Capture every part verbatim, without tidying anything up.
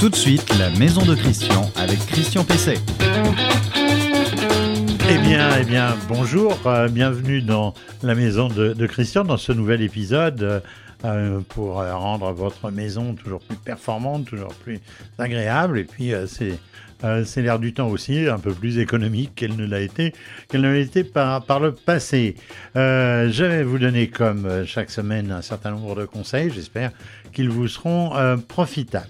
Tout de suite, la maison de Christian avec Christian Pesset. Eh bien, eh bien, bonjour, euh, bienvenue dans la maison de, de Christian, dans ce nouvel épisode euh, pour euh, rendre votre maison toujours plus performante, toujours plus agréable. Et puis, euh, c'est, euh, c'est l'air du temps aussi, un peu plus économique qu'elle ne l'a été, qu'elle ne l'a été par, par le passé. Euh, je vais vous donner, comme euh, chaque semaine, un certain nombre de conseils. J'espère qu'ils vous seront euh, profitables.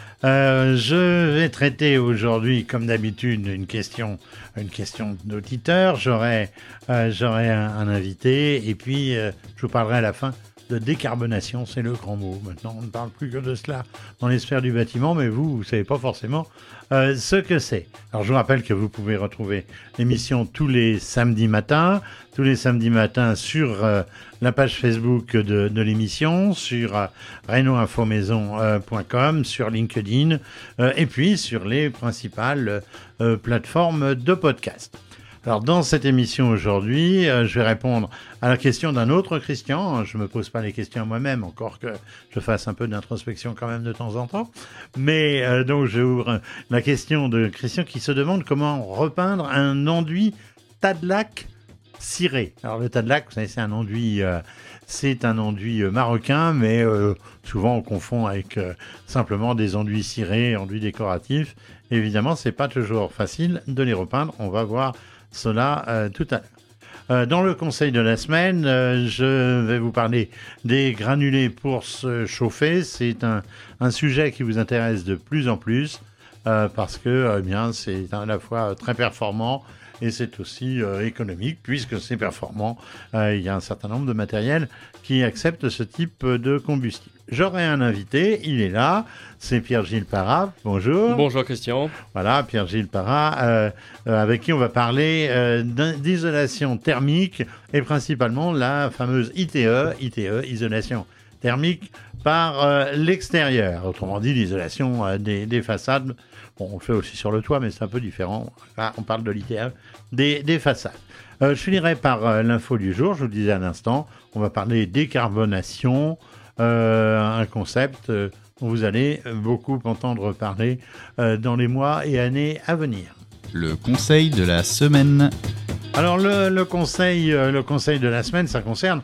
Euh, je vais traiter aujourd'hui, comme d'habitude, une question, une question d'auditeur. J'aurai, euh, j'aurai un, un invité et puis euh, je vous parlerai à la fin de décarbonation. C'est le grand mot. Maintenant, on ne parle plus que de cela dans les sphères du bâtiment, mais vous, vous ne savez pas forcément euh, ce que c'est. Alors, je vous rappelle que vous pouvez retrouver l'émission tous les samedis matins, tous les samedis matins sur euh, la page Facebook de, de l'émission, sur euh, reno info maison point com, sur LinkedIn euh, et puis sur les principales euh, plateformes de podcast. Alors, dans cette émission aujourd'hui, euh, je vais répondre à la question d'un autre Christian. Je ne me pose pas les questions à moi-même, encore que je fasse un peu d'introspection quand même de temps en temps. Mais euh, donc, je ouvre la question de Christian qui se demande comment repeindre un enduit Tadlac ciré. Alors, le Tadlac, vous savez, c'est un enduit... Euh, C'est un enduit marocain, mais euh, souvent on confond avec euh, simplement des enduits cirés, enduits décoratifs. Évidemment, c'est pas toujours facile de les repeindre. On va voir cela euh, tout à l'heure. Euh, dans le conseil de la semaine, euh, je vais vous parler des granulés pour se chauffer. C'est un, un sujet qui vous intéresse de plus en plus euh, parce que euh, bien, c'est à la fois très performant et c'est aussi euh, économique, puisque c'est performant. Euh, il y a un certain nombre de matériels qui acceptent ce type de combustible. J'aurai un invité, il est là, c'est Pierre-Gilles Parra. Bonjour. Bonjour Christian. Voilà, Pierre-Gilles Parra, euh, euh, avec qui on va parler euh, d'isolation thermique et principalement la fameuse I T E, I T E, isolation thermique par euh, l'extérieur. Autrement dit, l'isolation euh, des, des façades. Bon, on le fait aussi sur le toit, mais c'est un peu différent. Là, on parle de l'I T E, des, des façades. Euh, je finirai par euh, l'info du jour, je vous le disais à l'instant. On va parler décarbonation, euh, un concept euh, dont vous allez beaucoup entendre parler euh, dans les mois et années à venir. Le conseil de la semaine. Alors, le, le, conseil, euh, le conseil de la semaine, ça concerne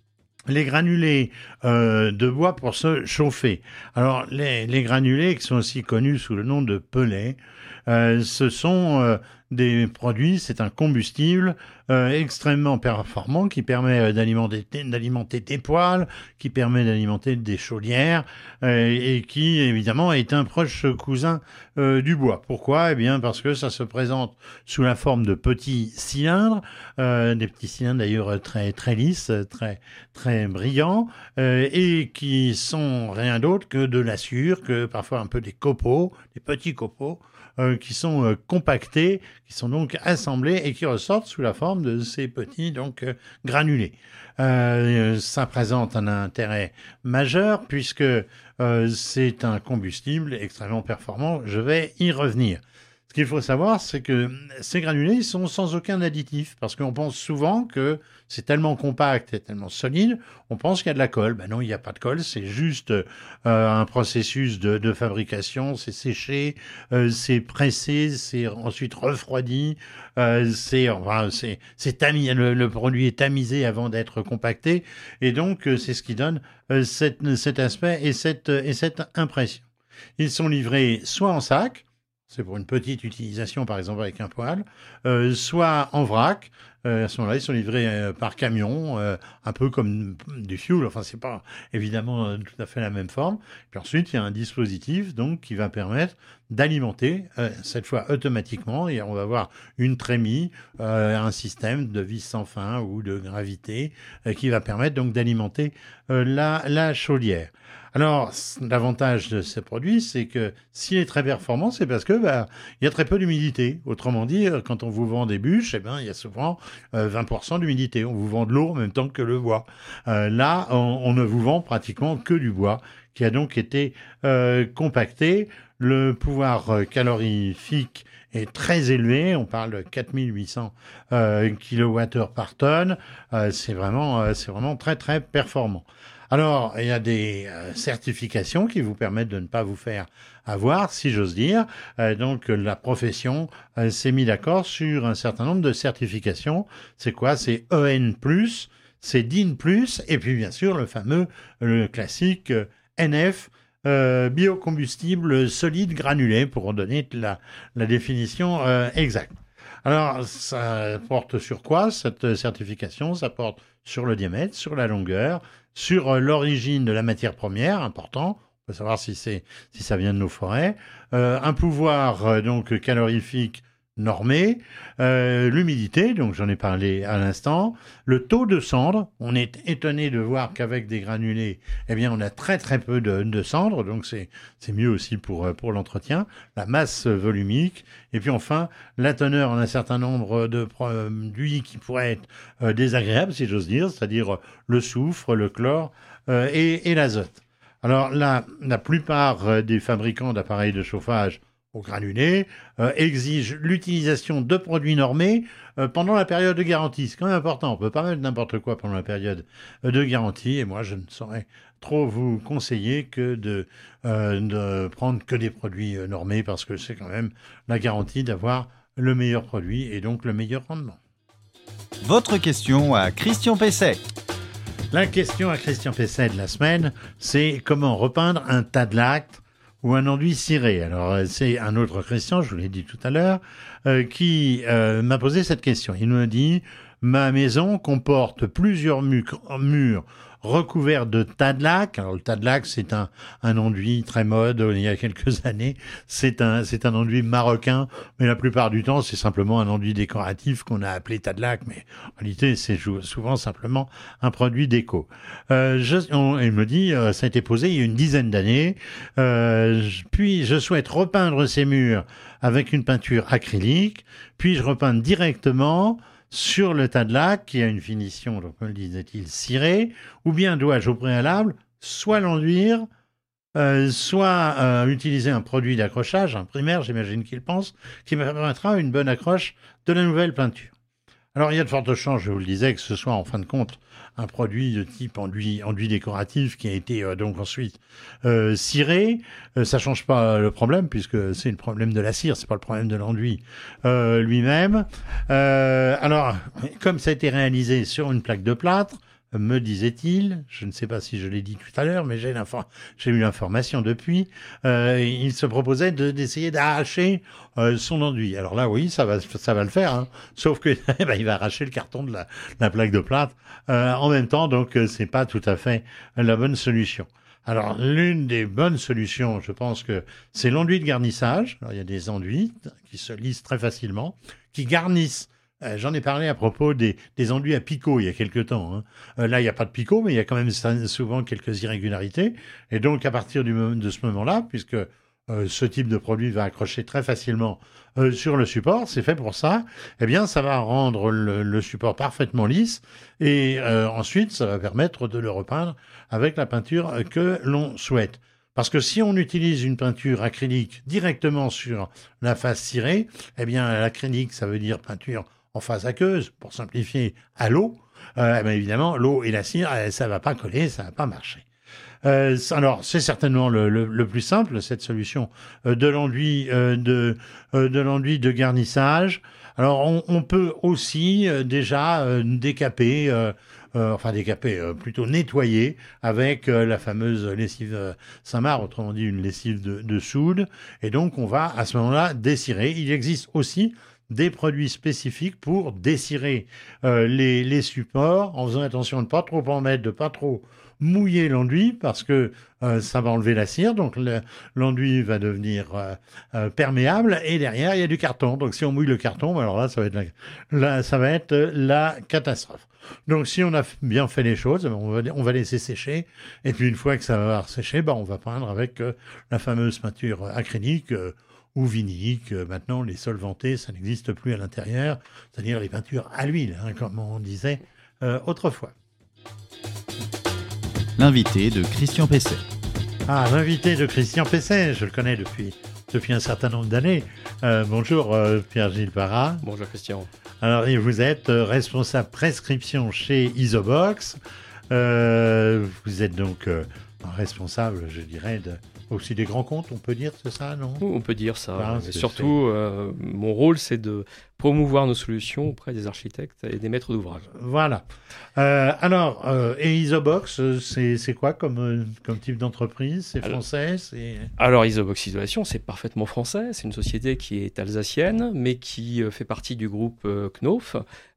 les granulés euh, de bois pour se chauffer. Alors, les, les granulés, qui sont aussi connus sous le nom de pellets, euh, ce sont euh, des produits, c'est un combustible euh, extrêmement performant qui permet euh, d'alimenter, d'alimenter des poêles, qui permet d'alimenter des chaudières euh, et qui, évidemment, est un proche cousin euh, du bois. Pourquoi ? Eh bien, parce que ça se présente sous la forme de petits cylindres, euh, des petits cylindres d'ailleurs très, très lisses, très, très brillants, euh, et qui sont rien d'autre que de l'acier, que parfois un peu des copeaux, des petits copeaux, Euh, qui sont euh, compactés, qui sont donc assemblés et qui ressortent sous la forme de ces petits donc euh, granulés. Euh, ça présente un intérêt majeur puisque euh, c'est un combustible extrêmement performant. Je vais y revenir. Ce qu'il faut savoir, c'est que ces granulés sont sans aucun additif, parce qu'on pense souvent que c'est tellement compact et tellement solide, on pense qu'il y a de la colle. Ben non, il n'y a pas de colle, c'est juste euh, un processus de, de fabrication, c'est séché, euh, c'est pressé, c'est ensuite refroidi, euh, c'est, enfin, c'est, c'est tami- le, le produit est tamisé avant d'être compacté, et donc euh, c'est ce qui donne euh, cette, cet aspect et cette, et cette impression. Ils sont livrés soit en sac, c'est pour une petite utilisation, par exemple avec un poêle, euh, soit en vrac. Euh, à ce moment-là, ils sont livrés euh, par camion, euh, un peu comme du fuel. Enfin, c'est pas évidemment euh, tout à fait la même forme. Puis ensuite, il y a un dispositif donc qui va permettre d'alimenter, euh, cette fois automatiquement, et on va avoir une trémie, euh, un système de vis sans fin ou de gravité euh, qui va permettre donc d'alimenter euh, la, la chaudière. Alors, l'avantage de ces produits, c'est que s'il est très performant, c'est parce que bah, il y a très peu d'humidité. Autrement dit, quand on vous vend des bûches, eh ben, il y a souvent euh, vingt pour cent d'humidité. On vous vend de l'eau en même temps que le bois. Euh, là, on, on ne vous vend pratiquement que du bois, qui a donc été euh, compacté. Le pouvoir euh, calorifique est très élevé, on parle de quatre mille huit cents euh, kilowattheures par tonne, euh, c'est vraiment, euh, c'est vraiment très très performant. Alors, il y a des euh, certifications qui vous permettent de ne pas vous faire avoir, si j'ose dire. Euh, donc, la profession euh, s'est mis d'accord sur un certain nombre de certifications. C'est quoi? C'est E N plus, c'est D I N plus, et puis bien sûr le fameux, le classique euh, N F, euh, biocombustible solide granulé, pour donner la, la définition euh, exacte. Alors, ça porte sur quoi, cette certification? Ça porte sur le diamètre, sur la longueur, sur euh, l'origine de la matière première, important. On peut savoir si, c'est, si ça vient de nos forêts. Euh, un pouvoir euh, donc calorifique normé, euh, l'humidité, donc j'en ai parlé à l'instant, le taux de cendre. On est étonné de voir qu'avec des granulés, eh bien, on a très très peu de, de cendre, donc c'est, c'est mieux aussi pour, pour l'entretien. La masse volumique, et puis enfin, la teneur en un certain nombre de produits qui pourraient être euh, désagréables, si j'ose dire, c'est-à-dire le soufre, le chlore euh, et, et l'azote. Alors la, la plupart des fabricants d'appareils de chauffage au granulé euh, exigent l'utilisation de produits normés euh, pendant la période de garantie. C'est quand même important. On ne peut pas mettre n'importe quoi pendant la période de garantie. Et moi, je ne saurais trop vous conseiller que de, euh, de prendre que des produits euh, normés, parce que c'est quand même la garantie d'avoir le meilleur produit et donc le meilleur rendement. Votre question à Christian Pesset. La question à Christian Pesset de la semaine, c'est comment repeindre un tas de lac ou un enduit ciré. Alors, c'est un autre Christian, je vous l'ai dit tout à l'heure, euh, qui euh, m'a posé cette question. Il me dit « Ma maison comporte plusieurs mu- murs recouvert de tas de lac. Alors, le tas de lac, c'est un, un enduit très mode il y a quelques années. C'est un, c'est un enduit marocain, mais la plupart du temps, c'est simplement un enduit décoratif qu'on a appelé tas de lac, mais en réalité, c'est souvent simplement un produit déco. Euh, je, on, il me dit, euh, ça a été posé il y a une dizaine d'années, euh, puis je souhaite repeindre ces murs avec une peinture acrylique, puis je repeindre directement sur le tas de lac, qui a une finition, donc, comme le disait-il, cirée, ou bien dois-je au préalable soit l'enduire, euh, soit euh, utiliser un produit d'accrochage, un primaire, j'imagine qu'il pense, qui me permettra une bonne accroche de la nouvelle peinture. Alors, il y a de fortes chances, je vous le disais, que ce soit en fin de compte un produit de type enduit, enduit décoratif qui a été euh, donc ensuite euh, ciré. Euh, ça change pas le problème, puisque c'est le problème de la cire, c'est pas le problème de l'enduit euh, lui-même. Euh, alors, comme ça a été réalisé sur une plaque de plâtre, me disait-il, je ne sais pas si je l'ai dit tout à l'heure, mais j'ai, j'ai eu l'information depuis, euh, il se proposait de, d'essayer d'arracher euh, son enduit. Alors là, oui, ça va, ça va le faire, hein. Sauf que eh ben, il va arracher le carton de la, de la plaque de plâtre euh, en même temps, donc euh, c'est pas tout à fait la bonne solution. Alors, l'une des bonnes solutions, je pense que c'est l'enduit de garnissage. Alors, il y a des enduits qui se lissent très facilement, qui garnissent. Euh, j'en ai parlé à propos des, des enduits à picot il y a quelque temps. Hein. Euh, là, il n'y a pas de picot, mais il y a quand même souvent quelques irrégularités. Et donc, à partir du moment, de ce moment-là, puisque euh, ce type de produit va accrocher très facilement euh, sur le support, c'est fait pour ça, eh bien, ça va rendre le, le support parfaitement lisse. Et euh, ensuite, ça va permettre de le repeindre avec la peinture que l'on souhaite. Parce que si on utilise une peinture acrylique directement sur la face cirée, eh bien, l'acrylique, ça veut dire peinture en phase aqueuse, pour simplifier, à l'eau, euh, ben évidemment, l'eau et la cire, ça ne va pas coller, ça ne va pas marcher. Euh, alors, c'est certainement le, le, le plus simple, cette solution euh, de l'enduit euh, de, euh, de l'enduit de garnissage. Alors, on, on peut aussi euh, déjà euh, décaper, euh, euh, enfin décaper, euh, plutôt nettoyer avec euh, la fameuse lessive euh, Saint-Marc, autrement dit une lessive de, de soude. Et donc, on va à ce moment-là dessirer. Il existe aussi des produits spécifiques pour dessirer euh, les, les supports, en faisant attention de ne pas trop en mettre, de ne pas trop mouiller l'enduit, parce que euh, ça va enlever la cire, donc le, l'enduit va devenir euh, euh, perméable, et derrière, il y a du carton. Donc si on mouille le carton, alors là, ça va être la, là, ça va être la catastrophe. Donc si on a bien fait les choses, on va, on va laisser sécher, et puis une fois que ça va avoir séché, bah, on va peindre avec euh, la fameuse peinture acrylique, euh, ou vinylique. Maintenant, les solvantés, ça n'existe plus à l'intérieur, c'est-à-dire les peintures à l'huile, hein, comme on disait euh, autrefois. L'invité de Christian Pesset. Ah, l'invité de Christian Pesset, je le connais depuis, depuis un certain nombre d'années. Euh, bonjour euh, Pierre-Gilles Parra. Bonjour Christian. Alors, vous êtes responsable prescription chez Isobox. Euh, vous êtes donc euh, responsable, je dirais, de, aussi des grands comptes, on peut dire, c'est ça, non? On peut dire ça. Ah, Mais c'est- surtout, euh, mon rôle, c'est de promouvoir nos solutions auprès des architectes et des maîtres d'ouvrage. Voilà. Euh, alors, euh, et Isobox, euh, c'est c'est quoi comme, euh, comme type d'entreprise? C'est Alors- français? C'est... Alors, Isobox Isolation, c'est parfaitement français. C'est une société qui est alsacienne, mais qui euh, fait partie du groupe euh, Knauf,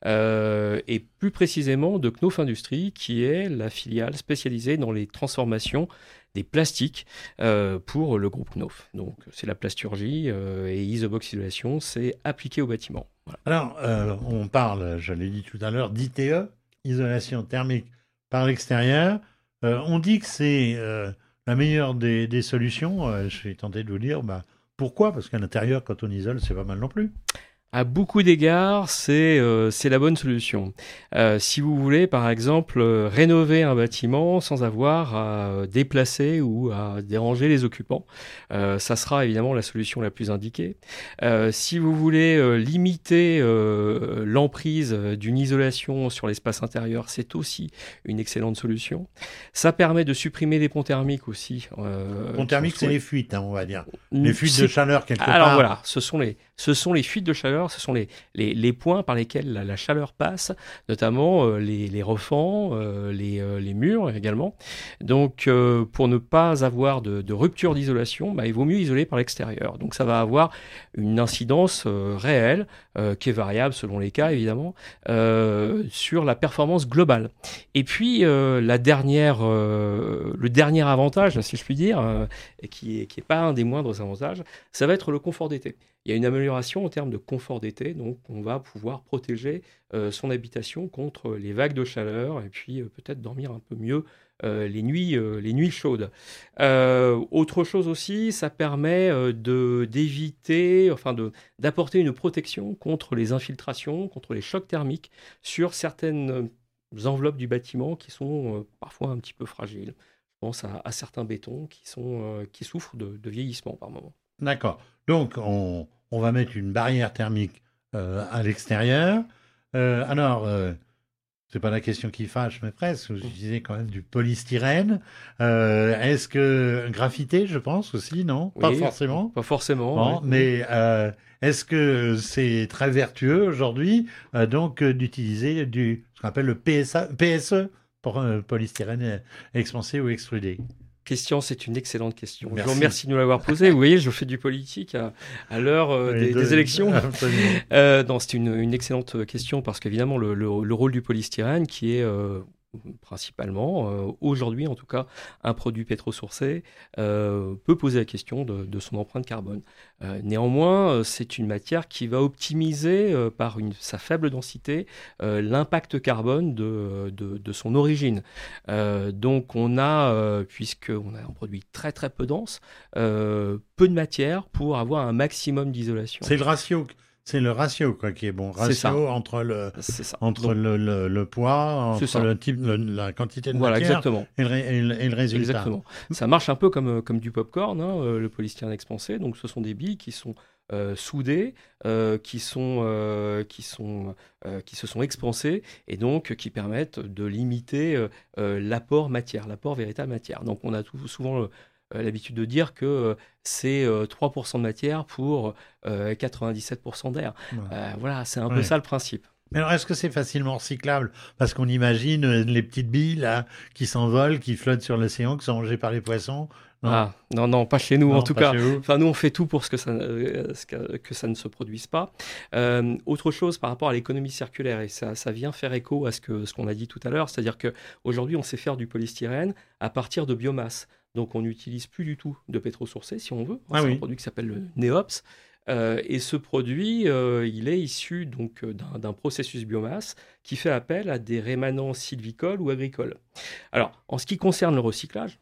euh, et plus précisément de Knauf Industries, qui est la filiale spécialisée dans les transformations des plastiques euh, pour le groupe Knauf. Donc, c'est la plasturgie euh, et Isobox Isolation, c'est appliqué au bâtiment. Voilà. Alors, euh, on parle, je l'ai dit tout à l'heure, d'I T E, isolation thermique par l'extérieur. Euh, on dit que c'est euh, la meilleure des, des solutions. Euh, je suis tenté de vous dire, bah, pourquoi? Parce qu'à l'intérieur, quand on isole, c'est pas mal non plus. À beaucoup d'égards, c'est euh, c'est la bonne solution. Euh, si vous voulez, par exemple, euh, rénover un bâtiment sans avoir à euh, déplacer ou à déranger les occupants, euh, ça sera évidemment la solution la plus indiquée. Euh, si vous voulez euh, limiter euh, l'emprise d'une isolation sur l'espace intérieur, c'est aussi une excellente solution. Ça permet de supprimer les ponts thermiques aussi. Euh, Pont thermique, qui c'est sont- les fuites, hein, on va dire. Les fuites de C'est- chaleur, quelque Alors part. voilà, ce sont les, ce sont les fuites de chaleur, ce sont les, les, les points par lesquels la, la chaleur passe, notamment euh, les, les refends, euh, les, euh, les murs également. Donc euh, pour ne pas avoir de, de rupture d'isolation, bah, il vaut mieux isoler par l'extérieur. Donc ça va avoir une incidence euh, réelle, euh, qui est variable selon les cas évidemment, euh, sur la performance globale. Et puis euh, la dernière, euh, le dernier avantage, si je puis dire, euh, et qui est, qui est pas un des moindres avantages, ça va être le confort d'été. Il y a une amélioration en termes de confort d'été, donc on va pouvoir protéger euh, son habitation contre les vagues de chaleur et puis euh, peut-être dormir un peu mieux euh, les nuits, euh, les nuits chaudes. Euh, autre chose aussi, ça permet euh, de d'éviter, enfin de d'apporter une protection contre les infiltrations, contre les chocs thermiques sur certaines euh, enveloppes du bâtiment qui sont euh, parfois un petit peu fragiles. Je pense à, à certains bétons qui sont euh, qui souffrent de, de vieillissement par moment. D'accord. Donc, on, on va mettre une barrière thermique euh, à l'extérieur. Euh, alors, euh, c'est pas la question qui fâche, mais presque. Vous utilisez quand même du polystyrène. Euh, est-ce que graphité, je pense aussi, non? Pas Oui, forcément. Pas forcément. Bon, ouais. mais euh, est-ce que c'est très vertueux aujourd'hui euh, donc euh, d'utiliser du ce qu'on appelle le P S A, P S E pour euh, polystyrène euh, expansé ou extrudé? Question, c'est une excellente question. Je Merci. vous remercie de nous l'avoir posée. Vous voyez, je fais du politique à, à l'heure euh, Oui, des, de- des élections. Absolument. Euh, non, c'est une, une excellente question parce qu'évidemment, le, le, le rôle du polystyrène, qui est euh, principalement, euh, aujourd'hui en tout cas, un produit pétrosourcé, euh, peut poser la question de, de son empreinte carbone. Euh, néanmoins, euh, c'est une matière qui va optimiser euh, par une, sa faible densité euh, l'impact carbone de, de, de son origine. Euh, donc on a, euh, puisqu'on a un produit très très peu dense, euh, peu de matière pour avoir un maximum d'isolation. C'est le ratio, c'est le ratio quoi qui est bon. C'est ça. Ratio entre le C'est ça. entre Donc, le, le, le poids, C'est entre ça. le type, le- la quantité de voilà, matière exactement. et le, ré- et le- et le résultat. Exactement. Ça marche un peu comme, euh, comme du popcorn, hein, euh, le polystyrène expansé. Donc, ce sont des billes qui sont euh, soudées, euh, qui, sont, euh, qui, sont, euh, qui se sont expansées et donc qui permettent de limiter euh, euh, l'apport matière, l'apport véritable matière. Donc, on a tout, souvent euh, l'habitude de dire que euh, c'est euh, trois pour cent de matière pour euh, quatre-vingt-dix-sept pour cent d'air. Ouais. Euh, voilà, c'est un Ouais. peu ça le principe. Mais alors, est-ce que c'est facilement recyclable? Parce qu'on imagine euh, les petites billes là qui s'envolent, qui flottent sur l'océan, qui sont mangées par les poissons. Non, Ah, non, non, pas chez nous Non, en tout pas cas. chez vous. Enfin, nous, on fait tout pour ce que ça, euh, ce que, que ça ne se produise pas. Euh, autre chose par rapport à l'économie circulaire, et ça, ça vient faire écho à ce que ce qu'on a dit tout à l'heure, c'est-à-dire qu'aujourd'hui, on sait faire du polystyrène à partir de biomasse. Donc, on n'utilise plus du tout de pétrosourcé, si on veut. Ah c'est oui. un produit qui s'appelle le NEOPS. Euh, et ce produit, euh, il est issu donc euh, d'un d'un processus biomasse qui fait appel à des rémanents sylvicoles ou agricoles. Alors, en ce qui concerne le recyclage,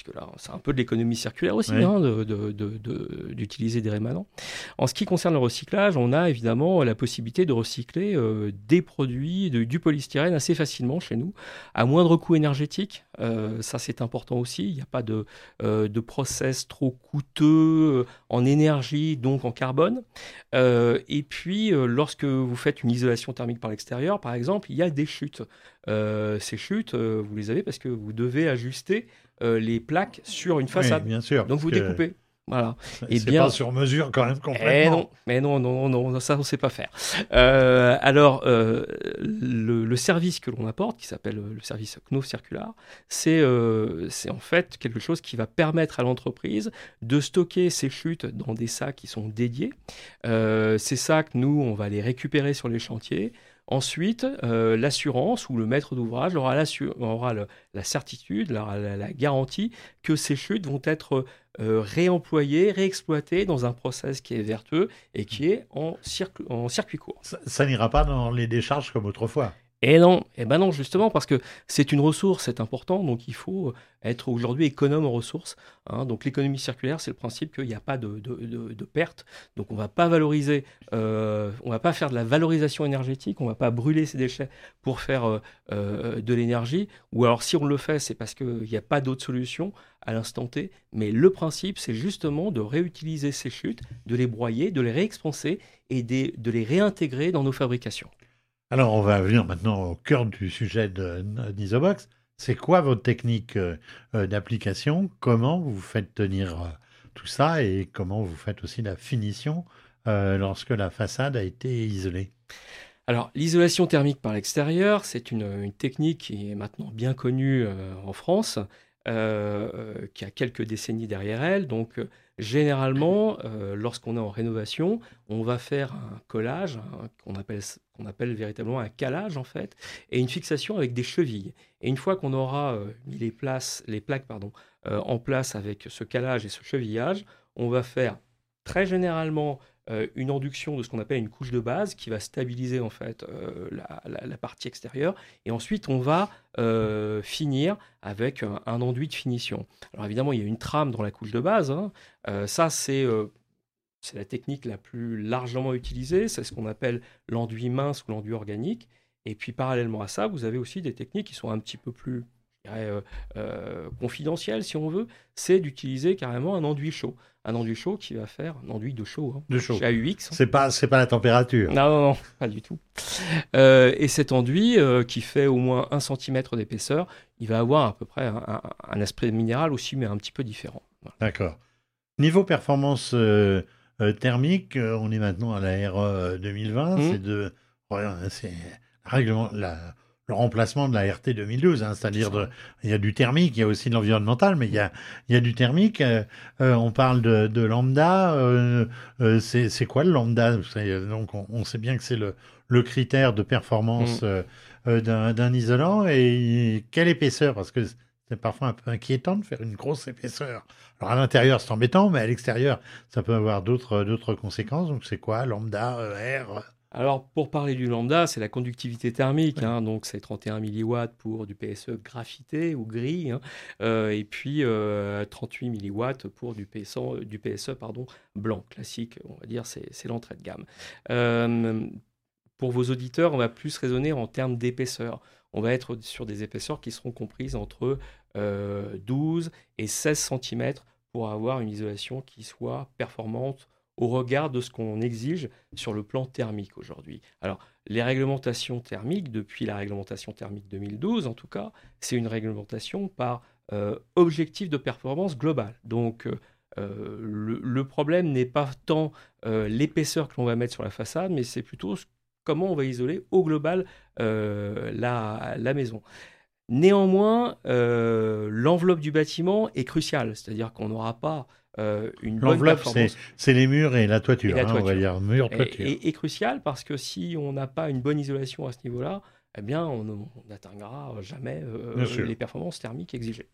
puisque là, c'est un peu de l'économie circulaire aussi, Oui. hein, de, de- de- de- d'utiliser des rémanents. En ce qui concerne le recyclage, on a évidemment la possibilité de recycler euh, des produits, de- du polystyrène assez facilement chez nous, à moindre coût énergétique. Euh, ça, c'est important aussi. Il n'y a pas de, euh, de process trop coûteux euh, en énergie, donc en carbone. Euh, et puis, euh, lorsque vous faites une isolation thermique par l'extérieur, par exemple, il y a des chutes. Euh, ces chutes, euh, vous les avez parce que vous devez ajuster euh, les plaques sur une Oui, façade. bien sûr. Donc, vous parce que découpez. Voilà. C'est Eh c'est bien, pas sur mesure quand même eh complètement. non, mais non, non, non, ça on ne sait pas faire. Euh, alors, euh, le, le service que l'on apporte, qui s'appelle euh, le service Kno Circular, c'est euh, c'est en fait quelque chose qui va permettre à l'entreprise de stocker ces chutes dans des sacs qui sont dédiés. Euh, ces sacs, nous, on va les récupérer sur les chantiers. Ensuite, euh, l'assurance ou le maître d'ouvrage aura, l'assu- aura le- la certitude, la, la- la garantie que ces chutes vont être euh, réemployées, réexploitées dans un process qui est vertueux et qui est en, circu- en circuit court. Ça, ça n'ira pas dans les décharges comme autrefois. Et non, et ben non, justement, parce que c'est une ressource, c'est important, donc il faut être aujourd'hui économe en ressources. Hein. Donc l'économie circulaire, c'est le principe qu'il n'y a pas de, de, de, de perte. Donc on ne va pas valoriser, euh, on va pas faire de la valorisation énergétique, on ne va pas brûler ces déchets pour faire euh, euh, de l'énergie. Ou alors si on le fait, c'est parce qu'il n'y a pas d'autre solution à l'instant T. Mais le principe, c'est justement de réutiliser ces chutes, de les broyer, de les réexpanser et des- de les réintégrer dans nos fabrications. Alors, on va venir maintenant au cœur du sujet de- d'Isobox. C'est quoi votre technique euh, euh, d'application? Comment vous faites tenir euh, tout ça et comment vous faites aussi la finition euh, lorsque la façade a été isolée? Alors, l'isolation thermique par l'extérieur, c'est une, une technique qui est maintenant bien connue euh, en France, euh, euh, qui a quelques décennies derrière elle. Donc, euh, généralement, euh, lorsqu'on est en rénovation, on va faire un collage, hein, qu'on appelle, qu'on appelle véritablement un calage, en fait, et une fixation avec des chevilles. Et une fois qu'on aura euh, mis les, places, les plaques pardon, euh, en place avec ce calage et ce chevillage, on va faire très généralement euh, une induction de ce qu'on appelle une couche de base qui va stabiliser en fait euh, la, la- la partie extérieure. Et ensuite, on va euh, finir avec un, un enduit de finition. Alors évidemment, il y a une trame dans la couche de base. Hein. Euh, ça, c'est euh, c'est la technique la plus largement utilisée. C'est ce qu'on appelle l'enduit mince ou l'enduit organique. Et puis parallèlement à ça, vous avez aussi des techniques qui sont un petit peu plus je dirais, euh, euh, confidentielles, si on veut. C'est d'utiliser carrément un enduit chaud. Un enduit chaud qui va faire un enduit de chaud. Hein. De chaud. Chez A U X. C'est pas, c'est pas la température. Non, non, non, pas du tout. Euh, et cet enduit, euh, qui fait au moins un centimètre d'épaisseur, il va avoir à peu près un, un- un aspect minéral aussi, mais un petit peu différent. Voilà. D'accord. Niveau performance euh, euh, thermique, euh, on est maintenant à la R E deux mille vingt. Mhm. C'est de, ouais, c'est règlement, la- le remplacement de la R T deux mille douze, hein, c'est-à-dire C'est ça. de, il y a du thermique, il y a aussi de l'environnemental, mais il y a, il y a du thermique. euh, euh, on parle de, de lambda. euh, euh, c'est, c'est quoi le lambda? C'est- Donc, on, on sait bien que c'est le, le critère de performance Mhm. euh, euh, d'un, d'un isolant. Et quelle épaisseur? Parce que c'est parfois un peu inquiétant de faire une grosse épaisseur. Alors à l'intérieur, c'est embêtant, mais à l'extérieur, ça peut avoir d'autres d'autres conséquences. Donc c'est quoi, lambda, E R? Alors, pour parler du lambda, c'est la conductivité thermique. Ouais. Hein, donc, c'est trente et un milliwatts pour du P S E graphité ou gris. Hein, euh, et puis, euh, trente-huit milliwatts pour du P S E, du P S E pardon, blanc, classique. On va dire, c'est c'est l'entrée de gamme. Euh, pour vos auditeurs, on va plus raisonner en termes d'épaisseur. On va être sur des épaisseurs qui seront comprises entre euh, douze et seize centimètres pour avoir une isolation qui soit performante au regard de ce qu'on exige sur le plan thermique aujourd'hui. Alors, les réglementations thermiques, depuis la réglementation thermique deux mille douze en tout cas, c'est une réglementation par euh, objectif de performance globale. Donc, euh, euh, le, le problème n'est pas tant euh, l'épaisseur que l'on va mettre sur la façade, mais c'est plutôt ce- comment on va isoler au global euh, la, la maison. Néanmoins, euh, l'enveloppe du bâtiment est cruciale, c'est-à-dire qu'on n'aura pas euh, une bonne L'enveloppe, c'est, performance c'est les murs et la toiture, et la hein, on va toiture. dire mur, Et, toiture. et- et cruciale parce que si on n'a pas une bonne isolation à ce niveau-là, eh bien, on on n'atteindra jamais euh, Bien sûr. les performances thermiques exigées.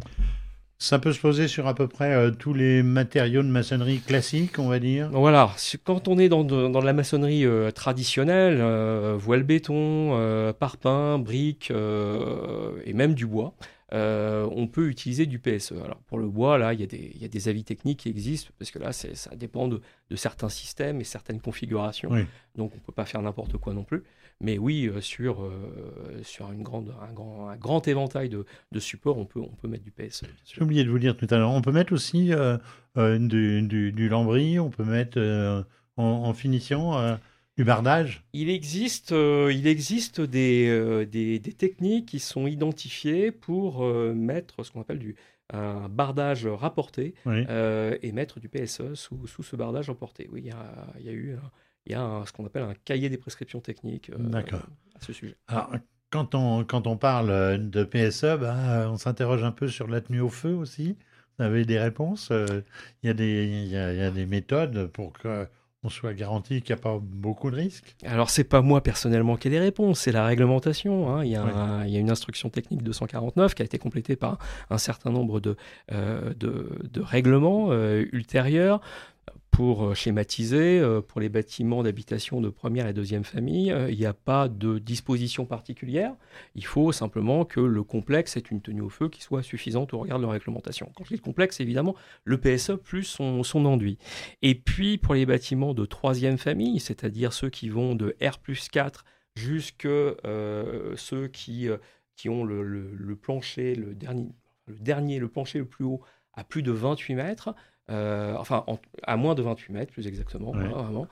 Ça peut se poser sur à peu près euh, tous les matériaux de maçonnerie classiques, on va dire. Donc voilà, c'est- quand on est dans de, dans de la maçonnerie euh, traditionnelle, euh, voile béton, euh, parpaing, briques euh, et même du bois, euh, on peut utiliser du P S E. Alors pour le bois, là, il y a des, il y a des avis techniques qui existent, parce que là, c'est, ça dépend de, de certains systèmes et certaines configurations. Oui. Donc on ne peut pas faire n'importe quoi non plus. Mais oui, euh, sur, euh, sur une grande, un, grand, un grand éventail de, de supports, on peut, on peut mettre du P S E. Bien J'ai sûr. oublié de vous dire tout à l'heure, on peut mettre aussi euh, euh, du, du, du lambris, on peut mettre euh, en, en finition euh, du bardage. Il existe, euh, il existe des, euh, des, des techniques qui sont identifiées pour euh, mettre ce qu'on appelle du, un bardage rapporté Oui, euh, et mettre du P S E sous, sous ce bardage rapporté. Oui, il y a, il y a eu un- il y a un- ce qu'on appelle un cahier des prescriptions techniques euh, d'accord. à ce sujet. Alors, quand on, quand on parle euh, de P S E, bah, on s'interroge un peu sur la tenue au feu aussi. Vous avez des réponses? euh, Il y a des, il y a, il y a des méthodes pour qu'on soit garanti qu'il n'y a pas beaucoup de risques? Alors, c'est pas moi personnellement qui ai les réponses, c'est la réglementation, hein. Il y a Oui. un- il y a une instruction technique deux cent quarante-neuf qui a été complétée par un certain nombre de, euh, de, de règlements euh, ultérieurs. Pour euh, schématiser, euh, pour les bâtiments d'habitation de première et deuxième famille, euh, il n'y a pas de disposition particulière. Il faut simplement que le complexe ait une tenue au feu qui soit suffisante au regard de la réglementation. Quand je dis le complexe, évidemment, le P S E plus son, son enduit. Et puis, pour les bâtiments de troisième famille, c'est-à-dire ceux qui vont de R plus quatre jusque euh, ceux qui, euh, qui ont le, le- le plancher, le dernier, le dernier, le plancher le plus haut, à plus de vingt-huit mètres, euh, enfin, en- à moins de vingt-huit mètres, plus exactement, Oui. hein, vraiment.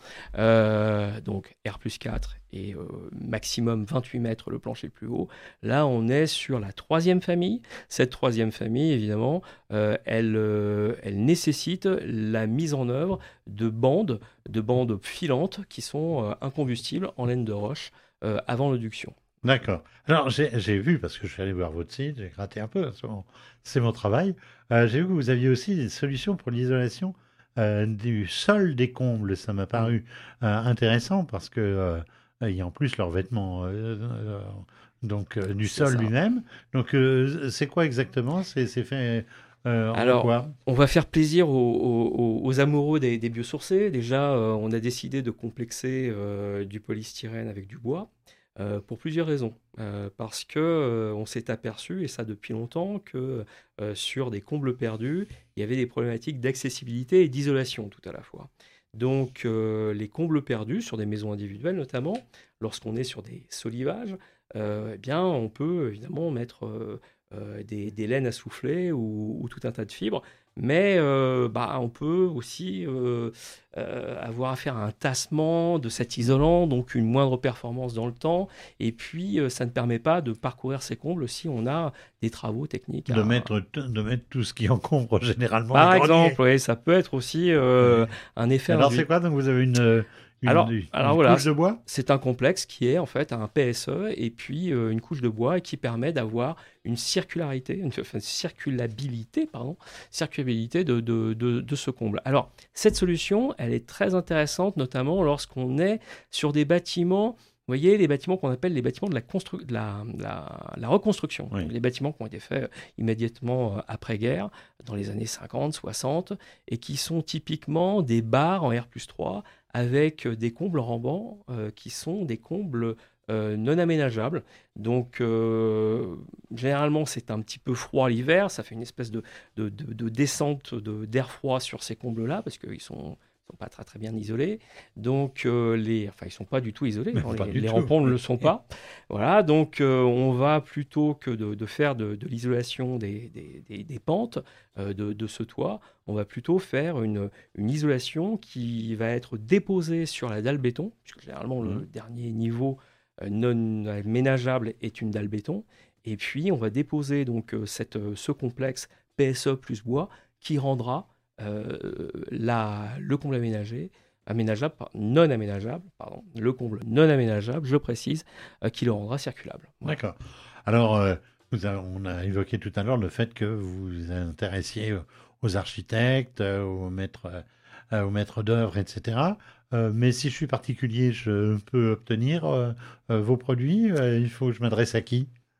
Euh, donc, R plus quatre et euh, maximum vingt-huit mètres le plancher le plus haut. Là, on est sur la troisième famille. Cette troisième famille, évidemment, euh, elle, euh, elle nécessite la mise en œuvre de bandes, de bandes filantes qui sont euh, incombustibles en laine de roche euh, avant l'induction. D'accord. Alors, j'ai j'ai vu, parce que je suis allé voir votre site, j'ai gratté un peu, c'est mon, c'est mon travail. Euh, j'ai vu que vous aviez aussi des solutions pour l'isolation euh, du sol des combles. Ça m'a paru euh, intéressant parce que euh, il y a en plus leurs vêtements euh, euh, donc euh, du C'est sol ça. lui-même. Donc, euh, c'est quoi exactement? C'est c'est fait euh, en Alors, quoi? on va faire plaisir aux, aux- aux amoureux des, des biosourcés. Déjà, euh, on a décidé de complexer euh, du polystyrène avec du bois euh, pour plusieurs raisons. Euh, parce que euh, on s'est aperçu, et ça depuis longtemps, que euh, sur des combles perdus, il y avait des problématiques d'accessibilité et d'isolation tout à la fois. Donc, euh, les combles perdus, sur des maisons individuelles notamment, lorsqu'on est sur des solivages, euh, eh bien, on peut évidemment mettre euh, euh, des, des laines à souffler ou, ou tout un tas de fibres. Mais euh, bah, on peut aussi euh, euh, avoir affaire à un tassement de cet isolant, donc une moindre performance dans le temps. Et puis, euh, ça ne permet pas de parcourir ces combles si on a des travaux techniques. De à- mettre, de mettre tout ce qui encombre généralement Par les greniers. exemple, ouais, ça peut être aussi euh, Ouais. un effet Alors, induit. c'est quoi? Donc, vous avez une, euh, une, Alors, une alors voilà, couche de bois? c'est un complexe qui est en fait un P S E et puis euh, une couche de bois et qui permet d'avoir une circularité, une, enfin, circulabilité, pardon, circulabilité de, de, de, de ce comble. Alors, cette solution, elle est très intéressante, notamment lorsqu'on est sur des bâtiments. Vous voyez, les bâtiments qu'on appelle les bâtiments de la, constru- de la, la- la reconstruction. Oui. Donc, les bâtiments qui ont été faits immédiatement euh, après-guerre, dans les années cinquante, soixante, et qui sont typiquement des bars en R plus trois avec des combles rambants euh, qui sont des combles euh, non aménageables. Donc, euh, généralement, c'est un petit peu froid l'hiver. Ça fait une espèce de, de, de- de descente de- d'air froid sur ces combles-là parce qu'ils sont sont pas très très bien isolés, donc euh, les, enfin ils sont pas du tout isolés, Mais hein, pas les, du les tout. rampons ne le sont pas. Voilà, donc euh, on va plutôt que de, de faire de, de l'isolation des, des, des- des pentes euh, de, de ce toit, on va plutôt faire une, une isolation qui va être déposée sur la dalle béton, puisque généralement le Mhm. dernier niveau euh, non aménageable est une dalle béton, et puis on va déposer donc euh, cette, euh, ce complexe P S E plus bois qui rendra euh, la, le comble aménagé, aménageable, par- non aménageable, pardon, le comble non aménageable, je précise, euh, qui le rendra circulable. Voilà. D'accord. Alors, euh, vous a- on a évoqué tout à l'heure le fait que vous vous intéressiez aux architectes, euh, aux maîtres, euh, aux maîtres d'œuvre, et cetera. Euh, mais si je suis particulier, je peux obtenir euh, euh, vos produits. Euh, il faut que je m'adresse à qui?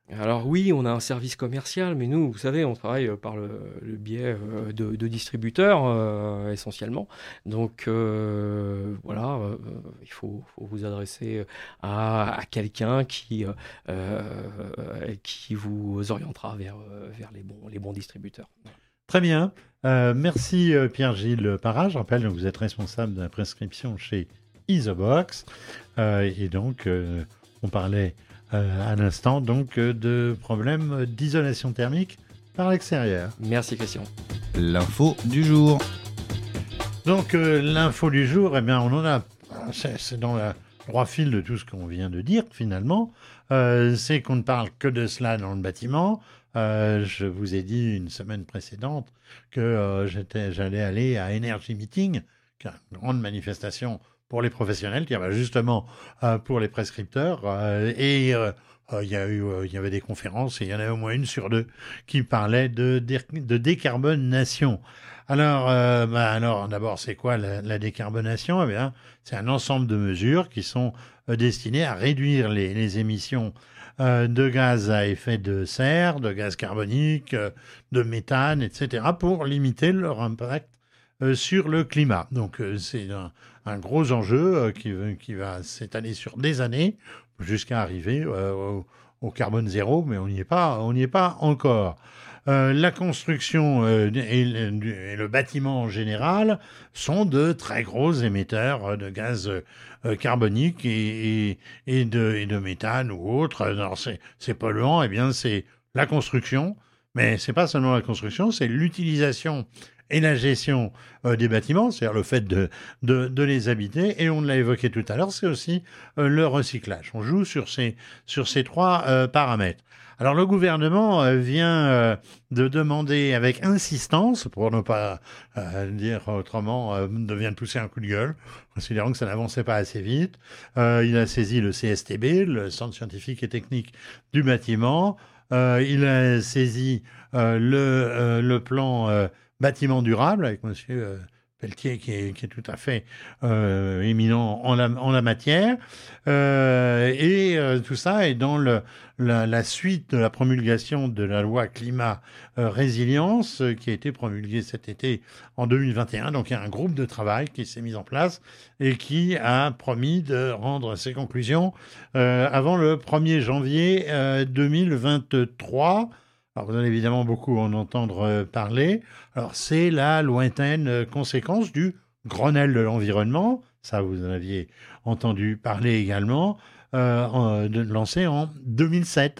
Alors oui, on a un service commercial, mais nous, vous savez, on travaille euh, par le, le biais euh, de, de distributeurs euh, essentiellement. Donc euh, voilà, euh, il faut, faut vous adresser à, à quelqu'un qui, euh, euh, qui vous orientera vers, euh, vers les bons, les bons distributeurs. Très bien. Euh, merci euh, Pierre-Gilles Parra. Je rappelle que vous êtes responsable de la prescription chez Isobox. Euh, et donc, euh, on parlait euh, à l'instant donc euh, de problèmes d'isolation thermique par l'extérieur. Merci Christian. L'info du jour. Donc, euh, l'info du jour, eh bien, on en a. C'est, c'est dans le droit fil de tout ce qu'on vient de dire, finalement. Euh, c'est qu'on ne parle que de cela dans le bâtiment. Euh, je vous ai dit une semaine précédente que euh, j'étais, j'allais aller à Energy Meeting, qui est une grande manifestation pour les professionnels, qui va justement euh, pour les prescripteurs. Euh, et euh, euh, il y a eu, euh, il y avait des conférences, et il y en avait au moins une sur deux qui parlaient de, dé- de décarbonation. Alors, euh, bah, alors d'abord, c'est quoi la, la décarbonation? Eh bien, c'est un ensemble de mesures qui sont euh, destinées à réduire les, les émissions euh, de gaz à effet de serre, de gaz carbonique, euh, de méthane, et cetera, pour limiter leur impact euh, sur le climat. Donc, euh, c'est un, un gros enjeu euh, qui, qui va s'étaler sur des années jusqu'à arriver euh, au, au carbone zéro, mais on n'y est pas, on n'y est pas encore. Euh, la construction euh, et, le, et le bâtiment en général sont de très gros émetteurs de gaz euh, carbonique et, et, et, de, et de méthane ou autre. Alors c'est, c'est polluant, eh bien c'est la construction, mais c'est pas seulement la construction, c'est l'utilisation et la gestion euh, des bâtiments, c'est-à-dire le fait de, de, de les habiter, et on l'a évoqué tout à l'heure, c'est aussi euh, le recyclage. On joue sur ces, sur ces trois euh, paramètres. Alors le gouvernement euh, vient euh, de demander avec insistance, pour ne pas euh, dire autrement, euh, de vient de pousser un coup de gueule, considérant que ça n'avançait pas assez vite. Euh, il a saisi le C S T B, le Centre scientifique et technique du bâtiment. Euh, il a saisi euh, le, euh, le plan euh, bâtiment durable avec monsieur euh, Pelletier qui est, qui est tout à fait euh, éminent en la, en la matière. Euh, et euh, tout ça est dans le, la, la suite de la promulgation de la loi climat euh, résilience euh, qui a été promulguée cet été en deux mille vingt et un. Donc il y a un groupe de travail qui s'est mis en place et qui a promis de rendre ses conclusions euh, avant le premier janvier euh, deux mille vingt-trois. Alors, vous allez évidemment beaucoup en entendre euh, parler. Alors, c'est la lointaine euh, conséquence du Grenelle de l'environnement. Ça, vous en aviez entendu parler également, euh, en, de, lancé en deux mille sept.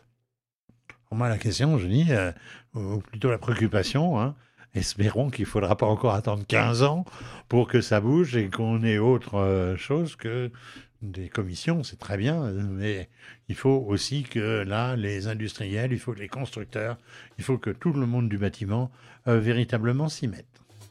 Pour moi, la question, je dis, euh, ou plutôt la préoccupation, hein, espérons qu'il ne faudra pas encore attendre quinze ans pour que ça bouge et qu'on ait autre euh, chose que des commissions, c'est très bien, mais il faut aussi que là, les industriels, il faut que les constructeurs, il faut que tout le monde du bâtiment euh, véritablement s'y mette.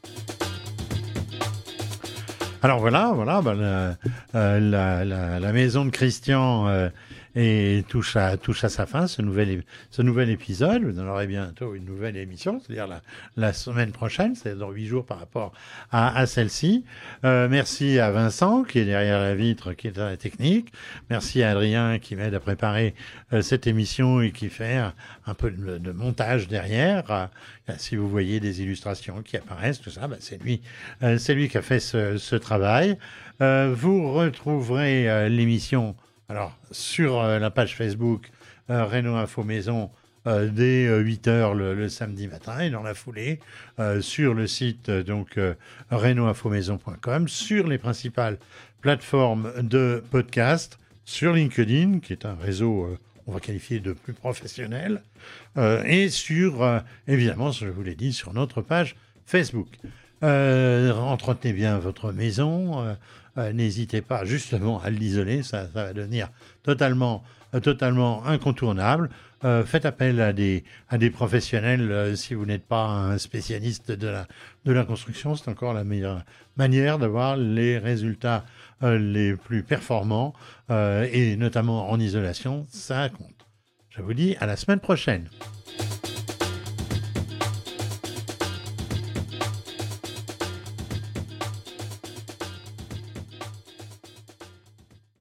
Alors voilà, voilà, ben, la, euh, la, la, la maison de Christian euh, et touche à, touche à sa fin, ce nouvel, ce nouvel épisode. Vous en aurez bientôt une nouvelle émission, c'est-à-dire la, la semaine prochaine, c'est dans huit jours par rapport à, à celle-ci. Euh, merci à Vincent, qui est derrière la vitre, qui est à la technique. Merci à Adrien, qui m'aide à préparer euh, cette émission et qui fait un, un peu de, de montage derrière. Euh, si vous voyez des illustrations qui apparaissent, tout ça, ben, c'est lui, euh, c'est lui qui a fait ce, ce travail. Euh, vous retrouverez euh, l'émission alors, sur euh, la page Facebook euh, Renault Info Maison euh, dès euh, huit heures le, le samedi matin et dans la foulée euh, sur le site euh, donc euh, renault info maison point com, sur les principales plateformes de podcast, sur LinkedIn qui est un réseau euh, on va qualifier de plus professionnel euh, et sur euh, évidemment je vous l'ai dit sur notre page Facebook. Euh, entretenez bien votre maison, euh, euh, n'hésitez pas justement à l'isoler, ça, ça va devenir totalement, euh, totalement incontournable. Euh, faites appel à des, à des professionnels euh, si vous n'êtes pas un spécialiste de la, de la construction, c'est encore la meilleure manière d'avoir les résultats euh, les plus performants euh, et notamment en isolation, ça compte. Je vous dis à la semaine prochaine.